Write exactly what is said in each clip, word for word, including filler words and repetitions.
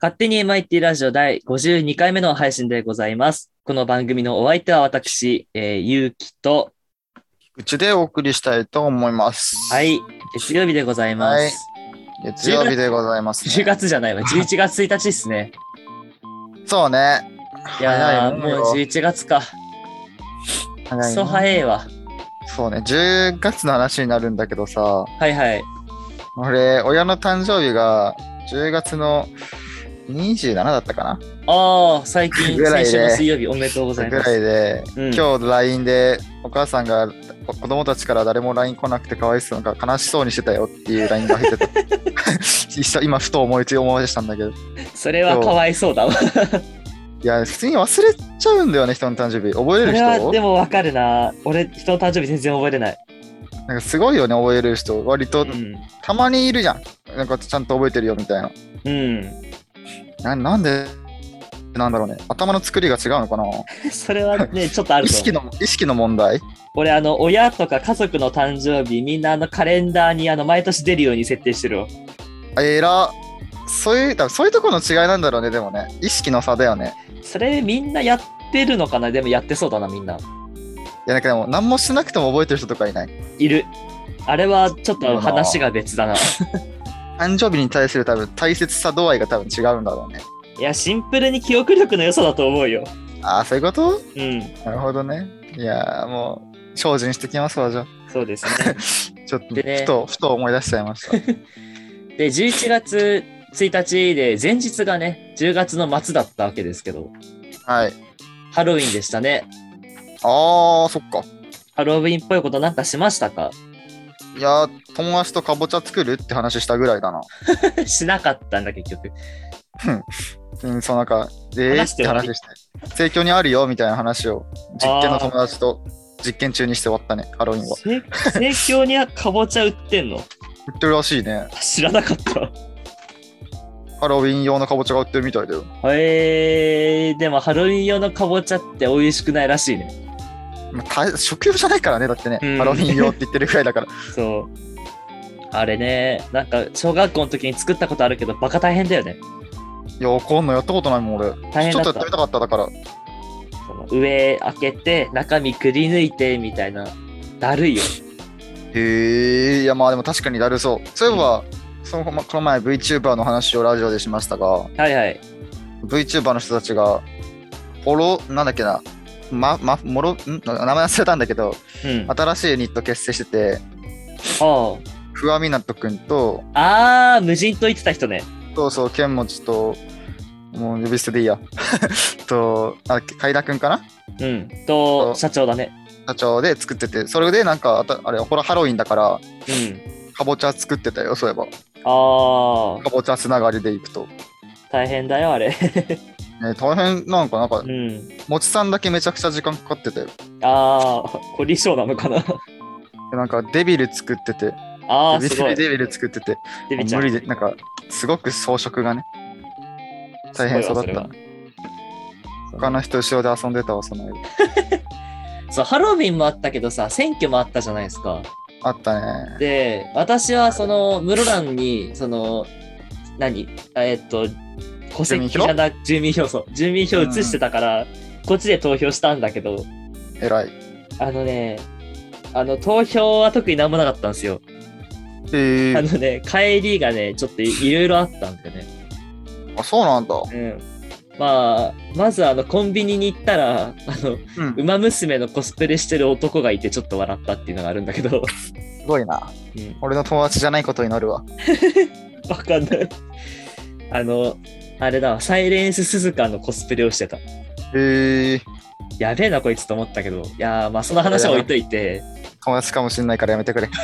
勝手に エムアイティー ラジオだいごじゅうにかいめの配信でございます。この番組のお相手は私、えー、ゆうきと、 うちでお送りしたいと思います。 はい、月曜日でございます。 はい、月曜日でございますね。 じゅうがつじゃないわ、じゅういちがつついたちですね。 そうね。 いやー、 早いもうじゅういちがつか。 早いそう早いわ。 そうね、じゅうがつの話になるんだけどさ、 はいはい。 俺、親の誕生日がじゅうがつのにじゅうしちだったかな。 ああ、最近、 ぐらいで先週の水曜日おめでとうございぐます。 らいで、 うん、 今日 ライン でお母さんが子供たちから誰も ライン 来なくてかわいそうな悲しそうにしてたよっていう ライン が入ってた。一緒今ふと思いつい思い出したんだけど。 それはかわいそうだわ。 いや、普通に忘れちゃうんだよね、人の誕生日。覚えれる人？ それはでもわかるな。俺、人の誕生日全然覚えれない。 なんかすごいよね、覚えれる人。割と、 うん、 たまにいるじゃん。なんかちゃんと覚えてるよみたいな。 うん。 ななんでなんだろうね。頭の作りが違うのかな。 それはね、ちょっとあると思う。 意識の、意識の問題。 俺、あの、親とか家族の誕生日、みんなあのカレンダーにあの毎年出るように設定してるわ。 えら。そういう、多分そういうところの違いなんだろうね、でもね。意識の差だよね。 それみんなやってるのかな。でもやってそうだな、みんな。 いや、なんかでも、何もしなくても覚えてる人とかいない。 いる。あれはちょっと話が別だな。 誕生日に対する多分大切さ度合いが多分違うんだろうね。 いや、シンプルに記憶力の良さだと思うよ。 ああ、そういうこと？ うん。 なるほどね。いやー、もう、精進してきますわ、じゃあ。 そうですね。 ちょっと、 でねふと、ふと思い出しちゃいました。 で、じゅういちがつついたちで、前日がね、じゅうがつの末だったわけですけど、 はい。 ハロウィンでしたね。 ああ、そっか。 ハロウィンっぽいことなんかしましたか？ いやー、友達とかぼちゃ作るって話したぐらいだな。 しなかったんだ、結局。 うん、そうなんか、えー、 話っして終わりて話して。盛況にあるよみたいな話を実験の友達と実験中にして終わったね、ハロウィンは。 せ盛況にはかぼちゃ売ってんの？ 売ってるらしいね。 知らなかった。 ハロウィン用のかぼちゃが売ってるみたいだよ。 えー、でもハロウィン用のかぼちゃって美味しくないらしいね。 まあ、た食用じゃないからね、だってね、 うんハロウィン用って言ってるくらいだから。 そう。あれね、なんか小学校の時に作ったことあるけど、バカ大変だよね。 いや、こんなんやったことないもん、俺。 大変だったちょっとやってみたかっただから。 その上開けて、中身くり抜いてみたいな。だるいよ。 へえ、いや、まあでも確かにだるそう。そういえば、そのこの前 VTuber の話をラジオでしましたが、 はいはい。 VTuber の人たちが、フォロー、なんだっけな、ま、ま、もろ、ん名前忘れたんだけど、 うん。 新しいユニット結成してて、 あふわみなとくんと、 あ。あー、無人と言ってた人ね。 そうそう、けんもちと、もう呼び捨てでいいや。と、あ、海田くんかなうん。と、社長だね。 社長で作ってて、それでなんか、あたあれ、ほら、ハロウィンだから、 うん。 かぼちゃ作ってたよ、そういえば。 ああ。 かぼちゃつながりでいくと。 大変だよ、あれ。 ね、大変なんか、なんかう、ん。 もちさんだけめちゃくちゃ時間かかってたよ。 ああ、凝り性なのかな。 でなんか、デビル作ってて、 ああ、 デビすごい。 ルデビル作ってて、 デビちゃん。 無理で、なんか、すごく装飾がね、大変そうだったすごいわ。 他の人後ろで遊んでたわ、その間。 そう、ハロウィンもあったけどさ、選挙もあったじゃないですか。 あったね。 で、私はその室蘭に、その、何えっと、戸籍じゃなく、住民票、そう、住民票移してたから、こっちで投票したんだけど、 偉い。 あのね、あの、投票は特になんもなかったんですよ。 へえあのね、帰りがね、ちょっといろいろあったんだよね。 あ、そうなんだ。 うん。まあ、まずあの、コンビニに行ったら、あの、 うん。 ウマ娘のコスプレしてる男がいてちょっと笑ったっていうのがあるんだけど、 すごいな。 うん、 俺の友達じゃないことになるわ。 わかんない。あの、あれだわ、サイレンススズカのコスプレをしてた。 へえやべえな、こいつと思ったけど、いやー、まあ、その話は置いといて、 友達かもしんないからやめてくれ。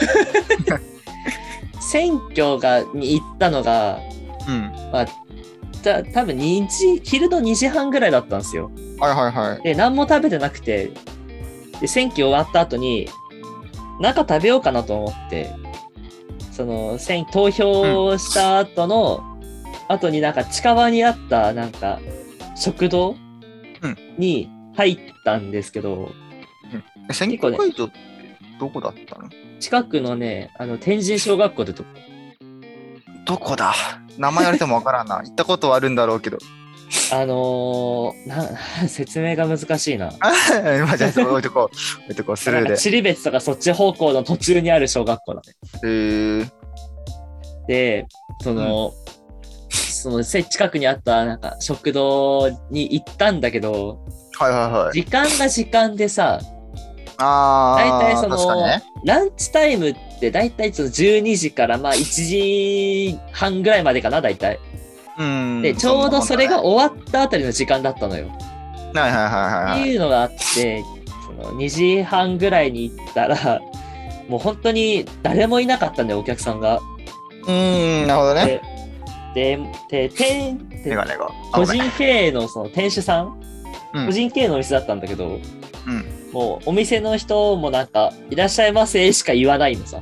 選挙がに行ったのが、 うん。 まあ、た多分にじ、昼のにじはんぐらいだったんですよ。 はいはいはい。 で、何も食べてなくて、で、選挙終わった後に、なんか食べようかなと思って、その、選投票した後の、後になんか近場にあったなんか食堂うんに入ったんですけど、 え選挙会場ってどこだったの？ 近くのね、あの天神小学校ってとこ。 どこだ名前言われてもわからんな。行ったことはあるんだろうけど。 あのー、な説明が難しいな。 まあじゃあ置いとこう。置いとこう、スルーで。 尻別とかそっち方向の途中にある小学校だね。 へー。 で、その、うん、その近くにあったなんか食堂に行ったんだけど、 はいはいはい。 時間が時間でさ、 あ大体その、 ね、 ランチタイムって大体そのじゅうにじからまあいちじはんぐらいまでかな、大体。 うんで、ちょうどそれが終わったあたりの時間だったのよ。 はいはいはいはい。 っていうのがあって、そのにじはんぐらいに行ったら、もう本当に誰もいなかったんだよ、お客さんが。 うーん、なるほどね。 で、で、店、 メガネが個人経営のその店主さん、 うん、 個人経営のお店だったんだけど、 うん、 もうお店の人もなんか、いらっしゃいませしか言わないのさ。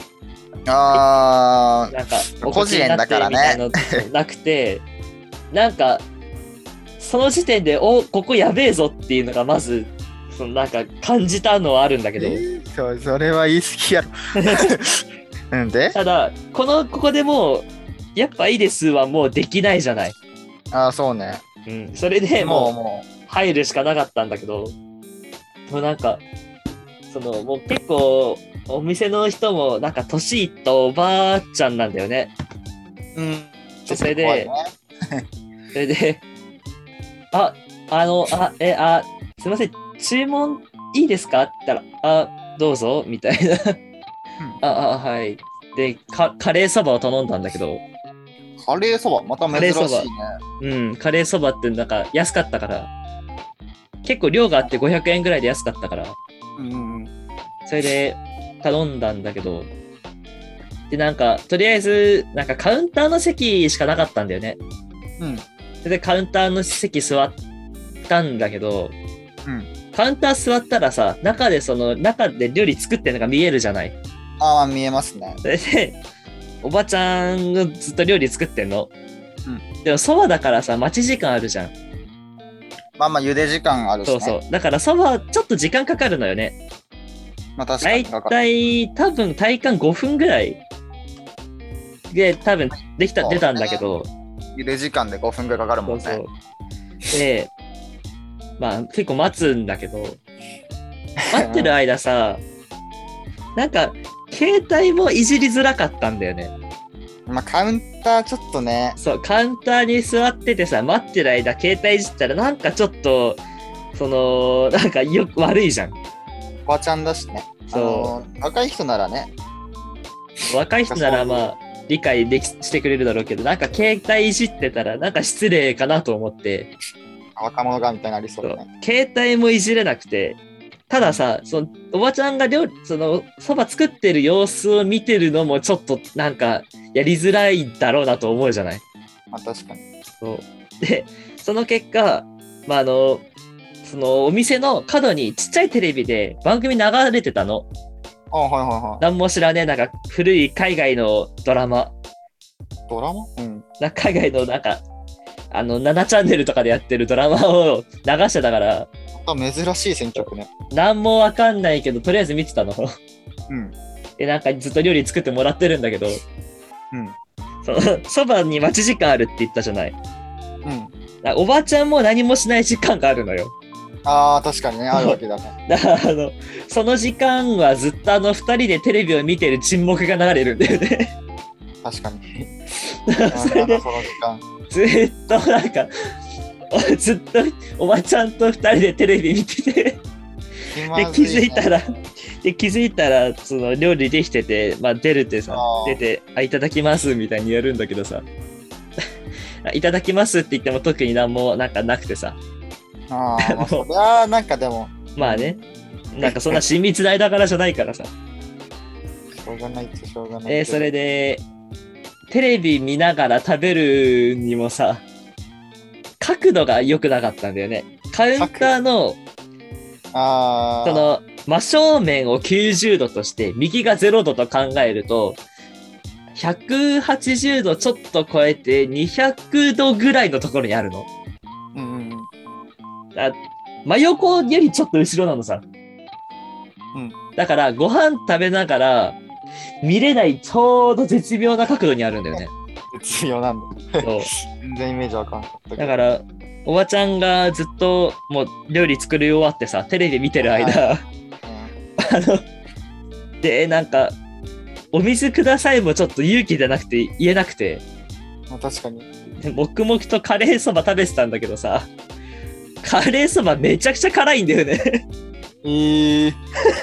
あー、 なんか、 個人だからね。 みたいなのなくて、なんか、その時点で、お、ここやべえぞっていうのがまず、そのなんか感じたのはあるんだけど。えー、そ, それは言い過ぎやろ。うんでただ、この、ここでもう、やっぱいいですはもうできないじゃない。 ああ、そうね。 うん。それでもう、もう入るしかなかったんだけど、もうなんか、その、もう結構、お店の人もなんか年いったおばあちゃんなんだよね。 うん。 でそれで、ね、それで、あ、あの、あ、え、あ、すいません、注文いいですかって言ったら、あ、どうぞ、みたいな。うん、あ、あ、はい。で、か、カレーそばを頼んだんだけど。 カレーそばまた珍しいね。 うん、カレーそばってなんか安かったから、結構量があってごひゃくえんぐらいで安かったから、 うん、 それで頼んだんだけど、で、なんか、とりあえず、なんかカウンターの席しかなかったんだよね。 うん。 それでカウンターの席座ったんだけど、 うん、 カウンター座ったらさ、中でその、中で料理作ってるのが見えるじゃない。 ああ、見えますね。 それで、おばちゃんがずっと料理作ってんの。 うん。 でもそばだからさ、待ち時間あるじゃん。 まあまあ、茹で時間あるしね。 そうそう。だからそば、ちょっと時間かかるのよね。 まあ確かにかかる。 大体、多分体感ごふんぐらいで、多分できた、出たんだけど。 茹で時間でごふんぐらいかかるもんね。 そうそう。で、まあ結構待つんだけど、待ってる間さ、なんか、携帯もいじりづらかったんだよね。 まあカウンターちょっとね。 そう、カウンターに座っててさ、待ってる間、携帯いじったら、なんかちょっと、その、なんかよく悪いじゃん。 おばちゃんだしね。そう。あのー、若い人ならね。 若い人ならまあ、理解できしてくれるだろうけど、なんか携帯いじってたら、なんか失礼かなと思って。 若者がみたいになりそうだね。 携帯もいじれなくて、たださ、そのおばちゃんが料理、そのそば作ってる様子を見てるのもちょっとなんかやりづらいだろうなと思うじゃない。 まあ確かに。 そうで、その結果、まああの、そのお店の角にちっちゃいテレビで番組流れてたの。 あ、はいはいはい。 なんも知らねえ、なんか古い海外のドラマ。 ドラマ？うん。 な海外のなんか、あの、ななチャンネルとかでやってるドラマを流してたから、 珍しい選曲ね。 なんもわかんないけど、とりあえず見てたの。 うん。 で、なんかずっと料理作ってもらってるんだけど、 うん。 その、そばに待ち時間あるって言ったじゃない。 うん。 おばちゃんも何もしない時間があるのよ。 ああ、確かにね、あるわけだね。 だから、あの、その時間はずっとあの二人でテレビを見てる沈黙が流れるんだよね。 確かに。 それで、 その時間ずっとなんか、ずっとおばちゃんと二人でテレビ見てて、で気づいたら、で気づいたらその料理できてて、まあ出るってさ、出て、あ、いただきますみたいにやるんだけどさ、いただきますって言っても特になんもなんかなくてさ。 ああ、まあ、そりゃなんかでも。 まあね、なんかそんな親密な間柄じゃないからさ。 しょうがないってしょうがない。 えー、それで、テレビ見ながら食べるにもさ、角度が良くなかったんだよね。カウンターの、 あその、真正面をきゅうじゅうどとして、右がゼロどと考えると、ひゃくはちじゅうどちょっと超えてにひゃくどぐらいのところにあるの。 うんうんうん。 あ、真横よりちょっと後ろなのさ。 うん。 だから、ご飯食べながら、見れないちょうど絶妙な角度にあるんだよね。 絶妙なんだ。 そう全然イメージわかんなかったけど。 だからおばちゃんがずっともう料理作り終わってさテレビ見てる間、 はあのでなんかお水くださいもちょっと勇気じゃなくて言えなくて、 まあ、確かに。 で黙々とカレーそば食べてたんだけどさ、カレーそばめちゃくちゃ辛いんだよねえー、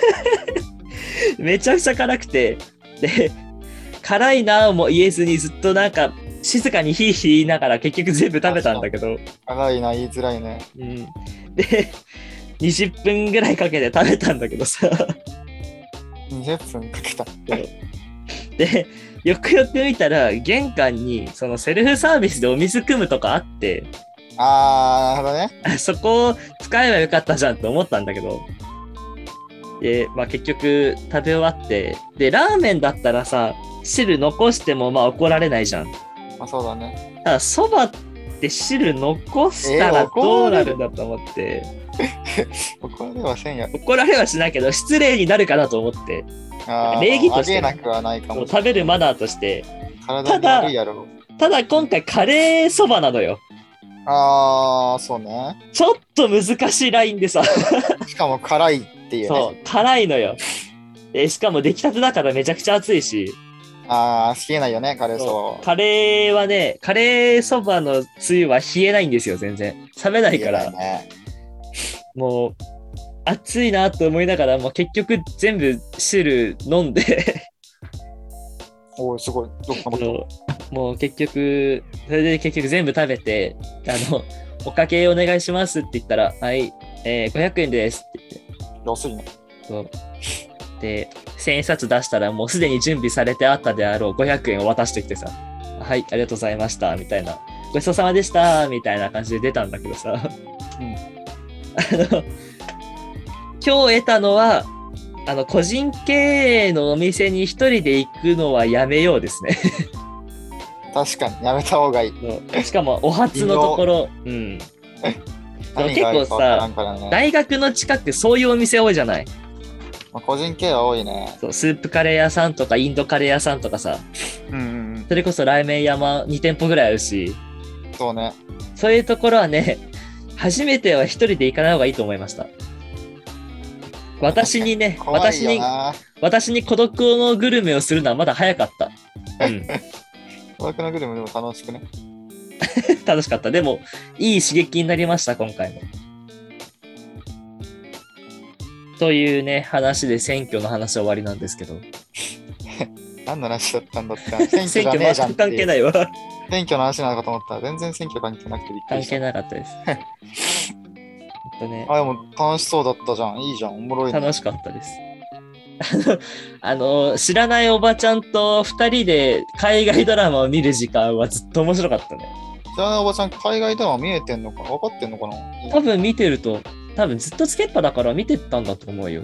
めちゃくちゃ辛くて、で辛いなぁも言えずにずっとなんか静かにヒーヒー言いながら結局全部食べたんだけど、 辛いな、言いづらいね。 うん、でにじゅっぷんぐらいかけて食べたんだけどさにじゅっぷんかけた。 でよくよく見たら玄関にそのセルフサービスでお水汲むとかあって、 あー、なるほどね。 そこを使えばよかったじゃんと思ったんだけど、で、まあ、結局食べ終わって、でラーメンだったらさ汁残してもまあ怒られないじゃん。 まあそうだね。 ただそばって汁残したらどうなるんだと思って、 怒られはせんや。 怒られはしないけど失礼になるかなと思って、 あ礼儀としてあげなくはないかもしれない。 食べるマナーとして体に悪いやろ。 ただ今回カレーそばなのよ。 ああ、そうね。 ちょっと難しいラインでさしかも辛いっていうね。 そう辛いのよ。でしかも出来たてだからめちゃくちゃ熱いし、 ああ、冷えないよね、カレーそばは。 カレーはね、カレーそばのつゆは冷えないんですよ、全然。冷めないから、 ね、 もう、熱いなと思いながら、もう結局全部汁飲んでおお、すごい。どっかももう結局、それで結局全部食べて、あの、おかけお願いしますって言ったら、はい、えー、ごひゃくえんですって言って。 安いね。 そうで、千円札出したらもうすでに準備されてあったであろうごひゃくえんを渡してきてさ、はい、ありがとうございました、みたいな。ごちそうさまでした、みたいな感じで出たんだけどさ。うん、あの、今日得たのは、あの、個人経営のお店に一人で行くのはやめようですね。 確かに、やめた方がいい。 しかも、お初のところ。うん。結構さ、ね、大学の近くそういうお店多いじゃない。 個人経営は多いね。 そう、スープカレー屋さんとかインドカレー屋さんとかさ、 うんうんうん、 それこそラーメン屋もに店舗ぐらいあるし、 そうね。 そういうところはね、初めては一人で行かない方がいいと思いました。私にね、私に、私に孤独のグルメをするのはまだ早かった。うん。 孤独のグルメでも楽しくね。 楽しかった。でも、いい刺激になりました、今回も。というね、話で選挙の話は終わりなんですけど。 何の話だったんだって。 選挙全く関係ないわ。 選挙の話なのかと思ったら全然選挙関係なくてびっくりした。 関係なかったです。ね、 あ、でも楽しそうだったじゃん。いいじゃん。おもろい、ね。 楽しかったです。あの、知らないおばちゃんと二人で海外ドラマを見る時間はずっと面白かったね。 知らないおばちゃん、海外ドラマ見えてんのかな、分かってんのかな。 多分見てると、多分ずっとつけっぱだから見てたんだと思うよ。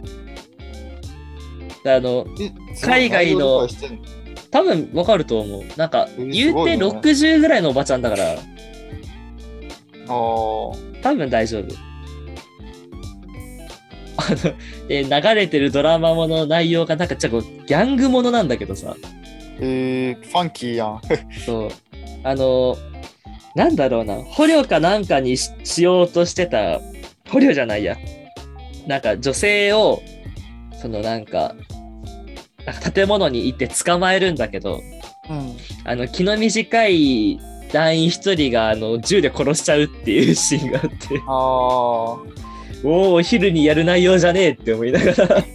あの、海外の、多分分かると思う。なんか、言うてろくじゅうぐらいのおばちゃんだから、あ多分大丈夫。あので流れてるドラマもの内容がなんかちょっとギャングものなんだけどさ。 えー、ファンキーやん。 そう。あの、なんだろうな、捕虜かなんかに し, しようとしてた、捕虜じゃないや。なんか女性を、そのなんか、なんか建物に行って捕まえるんだけど、 うん、 あの気の短い団員一人があの銃で殺しちゃうっていうシーンがあって。 ああ。 おお、昼にやる内容じゃねえって思いながら確か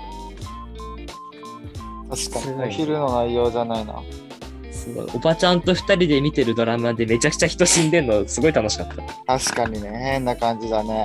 にお昼の内容じゃないな。 すごい。おばちゃんと二人で見てるドラマでめちゃくちゃ人死んでんのすごい楽しかった。 確かにね、変な感じだね。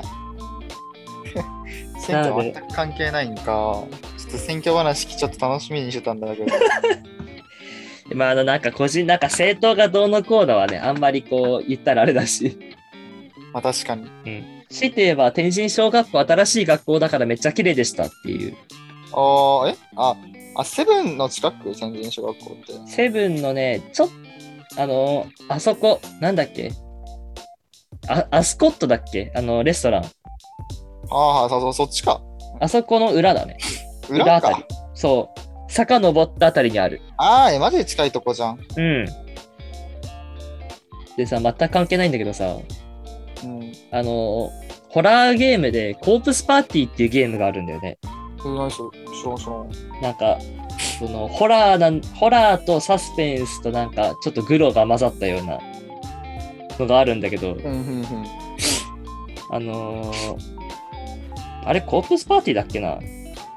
選挙全く関係ないんか。ちょっと選挙話ちょっと楽しみにしてたんだけどまあ、あのなんか個人なんか政党がどうのこうのはね、あんまりこう言ったらあれだし。 まあ確かに。 うん。強いて言えば天神小学校新しい学校だからめっちゃ綺麗でしたっていう。 ああ、えあ、あ、セブンの近く天神小学校って。 セブンのね、ちょっと、あの、あそこ、なんだっけあ、アスコットだっけあの、レストラン。 ああ、そ、そっちか。 あそこの裏だね。 裏か。 裏あたり。そう。坂登ったあたりにある。 ああ、マジで近いとこじゃん。 うん。 でさ、全く関係ないんだけどさ、 うん。 あの、ホラーゲームでコープスパーティーっていうゲームがあるんだよね。 え、何それ、知らん知らん。 なんか、そのホラーなん、ホラーとサスペンスとなんかちょっとグロが混ざったようなのがあるんだけど、 うんうんうん。 あのーあれコープスパーティーだっけな。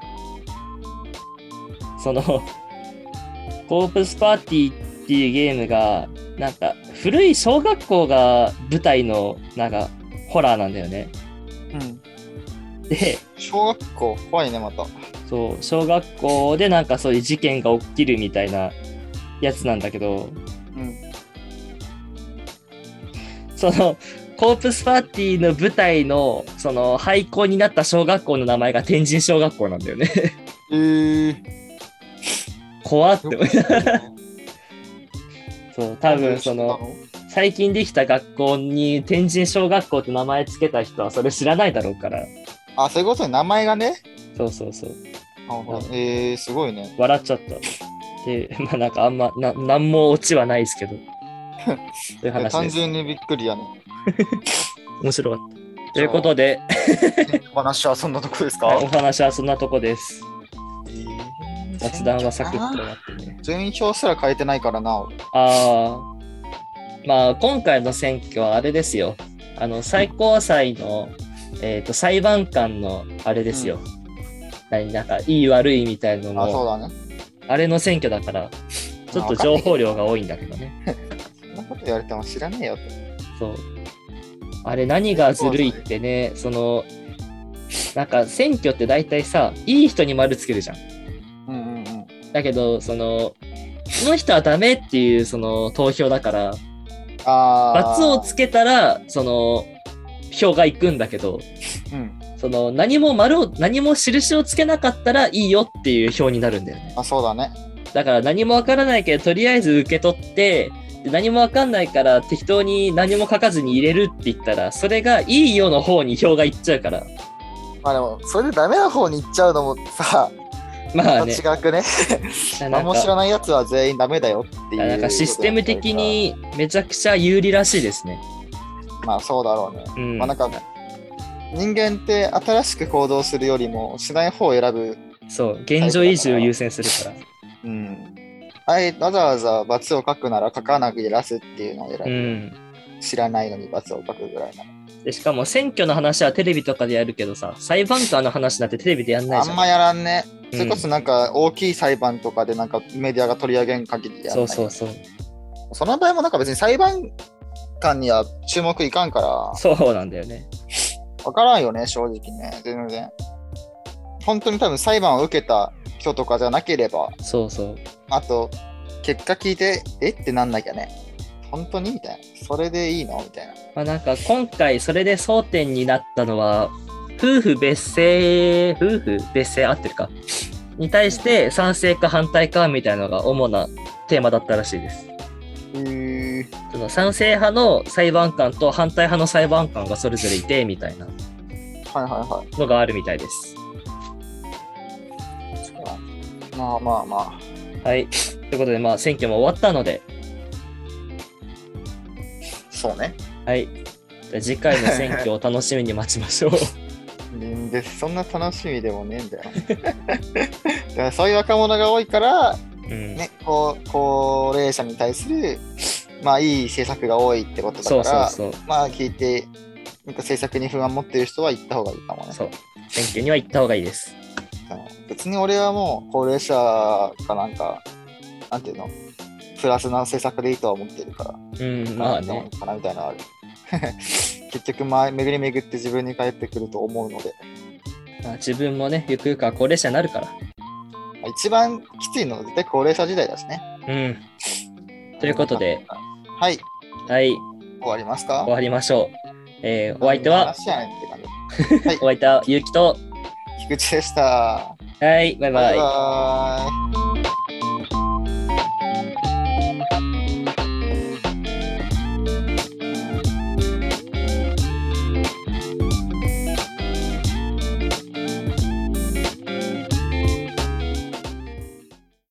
そのコープスパーティーっていうゲームがなんか古い小学校が舞台のなんかホラーなんだよね。 うん。 で、 小学校、怖いね、また。 そう小学校でなんかそういう事件が起きるみたいなやつなんだけど、 うん。 そのコープスパーティーの舞台のその廃校になった小学校の名前が天神小学校なんだよね。 えー。 怖って思いながら。 よそう多分その最近できた学校に天神小学校って名前つけた人はそれ知らないだろうから。 あ、そういうことね、名前がね。 そうそうそう。 えー、すごいね。 笑っちゃった。で、まあなんかあんまな何もオチはないですけど。という話です。 単純にびっくりやね。 面白かった。ということで、 お話はそんなとこですか？ はい、お話はそんなとこです。 えー、 雑談はサクッと終わってね。 順位表すら変えてないからな。 ああ、まあ今回の選挙はあれですよ。あの最高裁の、えー、と裁判官のあれですよ。うん、何なんかいい悪いみたいなののあ、そうだね、 あれの選挙だからちょっと情報量が多いんだけどね。 そんなこと言われても知らねえよって。 そう。あれ何がずるいってね、そのなんか選挙って大体さ、いい人に丸つけるじゃん。 うんうんうん。 だけどそのその人はダメっていうその投票だから、 あ罰をつけたらその票がいくんだけど、うん、その何も丸を何も印をつけなかったらいいよっていう票になるんだよね。 あ、そうだね。 だから何もわからないけどとりあえず受け取ってで何もわかんないから適当に何も書かずに入れるって言ったらそれがいいよの方に票がいっちゃうから。 まあでもそれでダメな方に行っちゃうのもさ、 まあね、 違くね。何も知らないやつは全員ダメだよっていう。 なんかシステム的にめちゃくちゃ有利らしいですね。 まあそうだろうね。 うん、 まあなんか人間って新しく行動するよりもしない方を選ぶ。 そう、現状維持を優先するから。 うん。あいわざわざ罰を書くなら書かなくて出すっていうのを選ぶ。うん、知らないのに罰を書くぐらいなの。 でしかも選挙の話はテレビとかでやるけどさ、裁判官の話なんてテレビでやんないじゃん。 あんまやらんね。それこそなんか大きい裁判とかでなんかメディアが取り上げん限りやんない。 そうそうそう。 その場合もなんか別に裁判官には注目いかんから。 そうなんだよね。 わからんよね、正直ね。全然。本当に多分裁判を受けた人とかじゃなければ。 そうそう。あと、結果聞いて、えってなんなきゃね。本当にみたいな。それでいいのみたいな。 まあなんか今回それで争点になったのは、夫婦別姓、夫婦別姓合ってるかに対して賛成か反対かみたいなのが主なテーマだったらしいです。 へー。 その賛成派の裁判官と反対派の裁判官がそれぞれいてみたいなのがあるみたいです。 まあまあまあ。はい。ということでまあ選挙も終わったので。 そうね。 はい。じゃ次回の選挙を楽しみに待ちましょう。 でそんな楽しみでもねえんだよ。だからそういう若者が多いから、うんね、こう高齢者に対するまあいい政策が多いってことだから、そうそうそう、まあ聞いてなんか政策に不安持ってる人は行った方がいいかもね。 そう。選挙には行った方がいいです。 別に俺はもう高齢者かなんかなんていうのプラスな政策でいいとは思ってるから。 うん、まあね。 かなみたいなのある。結局、まあ、巡り巡って自分に返ってくると思うので。 まあ、自分もね、ゆくゆくは高齢者になるから。 一番きついのは絶対高齢者時代だしね。 うん。ということで。 はい。 はい。 終わりますか？ 終わりましょう。えー、お相手は、 はい、 お相手はゆうきと菊池でした。 はい、バイバイ。 バイバイ。